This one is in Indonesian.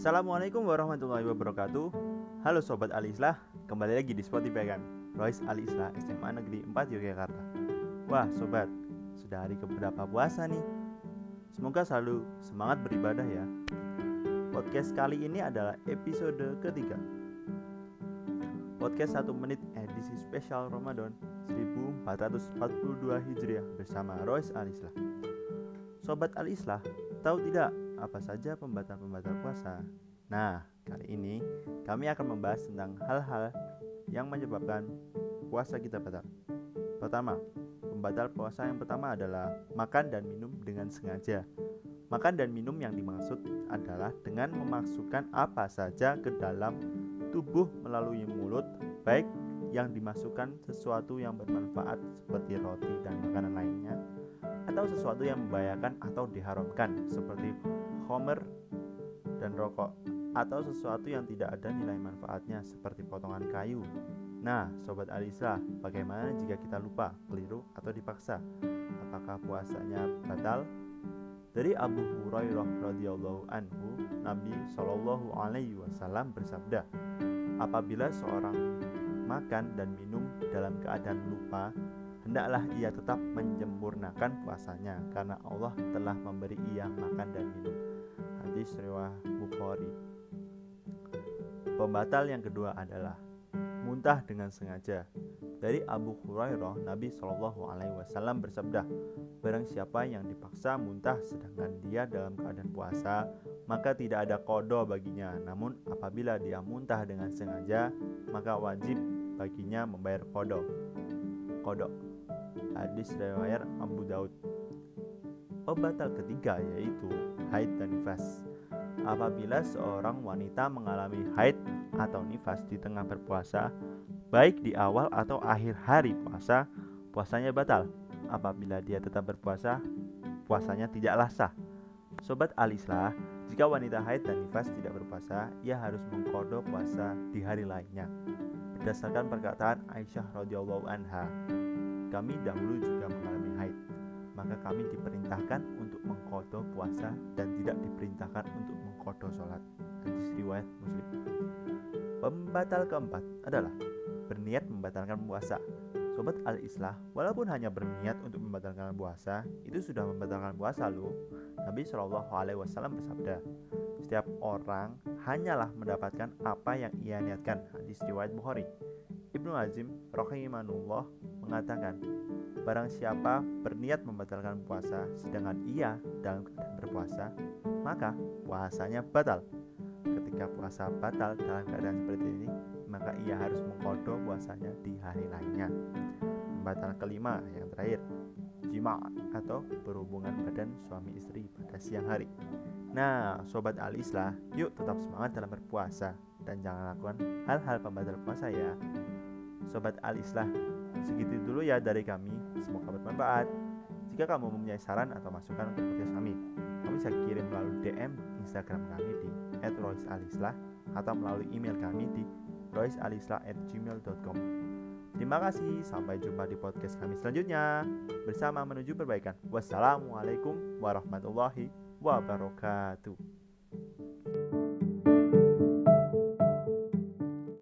Assalamualaikum warahmatullahi wabarakatuh. Halo Sobat Alislah, kembali lagi di Spotify kan Royce Alislah SMA Negeri 4 Yogyakarta. Wah Sobat, sudah hari keberapa puasa nih? Semoga selalu semangat beribadah ya. Podcast kali ini adalah episode ketiga. Podcast 1 menit edisi spesial Ramadan 1442 Hijriah bersama Royce Alislah. Sobat Alislah, tahu tidak apa saja pembatal-pembatal puasa? Nah, kali ini kami akan membahas tentang hal-hal yang menyebabkan puasa kita batal. Pertama, pembatal puasa yang pertama adalah makan dan minum dengan sengaja. Makan dan minum yang dimaksud adalah dengan memasukkan apa saja ke dalam tubuh melalui mulut, baik yang dimasukkan sesuatu yang bermanfaat seperti roti dan makanan lainnya, atau sesuatu yang membahayakan atau diharamkan seperti khamr dan rokok, atau sesuatu yang tidak ada nilai manfaatnya seperti potongan kayu. Nah, Sobat Alislah, bagaimana jika kita lupa, keliru, atau dipaksa? Apakah puasanya batal? Dari Abu Hurairah radhiyallahu anhu, Nabi Shallallahu alaihi wasallam bersabda, apabila seorang makan dan minum dalam keadaan lupa, hendaklah ia tetap menyempurnakan puasanya karena Allah telah memberi ia makan dan minum. Hadis riwayat Bukhari. Pembatal yang kedua adalah muntah dengan sengaja. Dari Abu Hurairah, Nabi Shallallahu alaihi wasallam bersabda, barang siapa yang dipaksa muntah sedangkan dia dalam keadaan puasa, maka tidak ada qada baginya. Namun apabila dia muntah dengan sengaja, maka wajib baginya membayar qada. Hadis riwayat Abu Daud. Pembatal ketiga yaitu haid dan nifas. Apabila seorang wanita mengalami haid atau nifas di tengah berpuasa, baik di awal atau akhir hari puasa, puasanya batal. Apabila dia tetap berpuasa, puasanya tidaklah sah. Sobat Alislah, jika wanita haid dan nifas tidak berpuasa, ia harus mengqada puasa di hari lainnya. Berdasarkan perkataan Aisyah radhiyallahu anha, kami dahulu juga mengalami haid, maka kami diperintahkan untuk mengqada puasa dan tidak diperintahkan untuk mengqada sholat. Hadis riwayat Muslim. Pembatal keempat adalah berniat membatalkan puasa. Sobat Al-Islah, walaupun hanya berniat untuk membatalkan puasa, itu sudah membatalkan puasa loh. Nabi Shallallahu alaihi wasallam bersabda, setiap orang hanyalah mendapatkan apa yang ia niatkan. Hadis riwayat Bukhari. Ibnu Hazm rahimahullah mengatakan, barang siapa berniat membatalkan puasa sedangkan ia dalam keadaan berpuasa, maka puasanya batal. Ketika puasa batal dalam keadaan seperti ini, maka ia harus mengqada puasanya di hari lainnya. Pembatal kelima yang terakhir, jima' atau berhubungan badan suami istri pada siang hari. Nah, Sobat Alislah, yuk tetap semangat dalam berpuasa dan jangan lakukan hal-hal pembatal puasa ya. Sobat Alislah, segitu dulu ya dari kami, semoga bermanfaat. Jika kamu mempunyai saran atau masukan untuk podcast kami bisa kirim melalui DM Instagram kami di @roycealislah atau melalui email kami di roycealislah@gmail.com. Terima kasih, sampai jumpa di podcast kami selanjutnya bersama menuju perbaikan. Wassalamualaikum warahmatullahi wabarakatuh.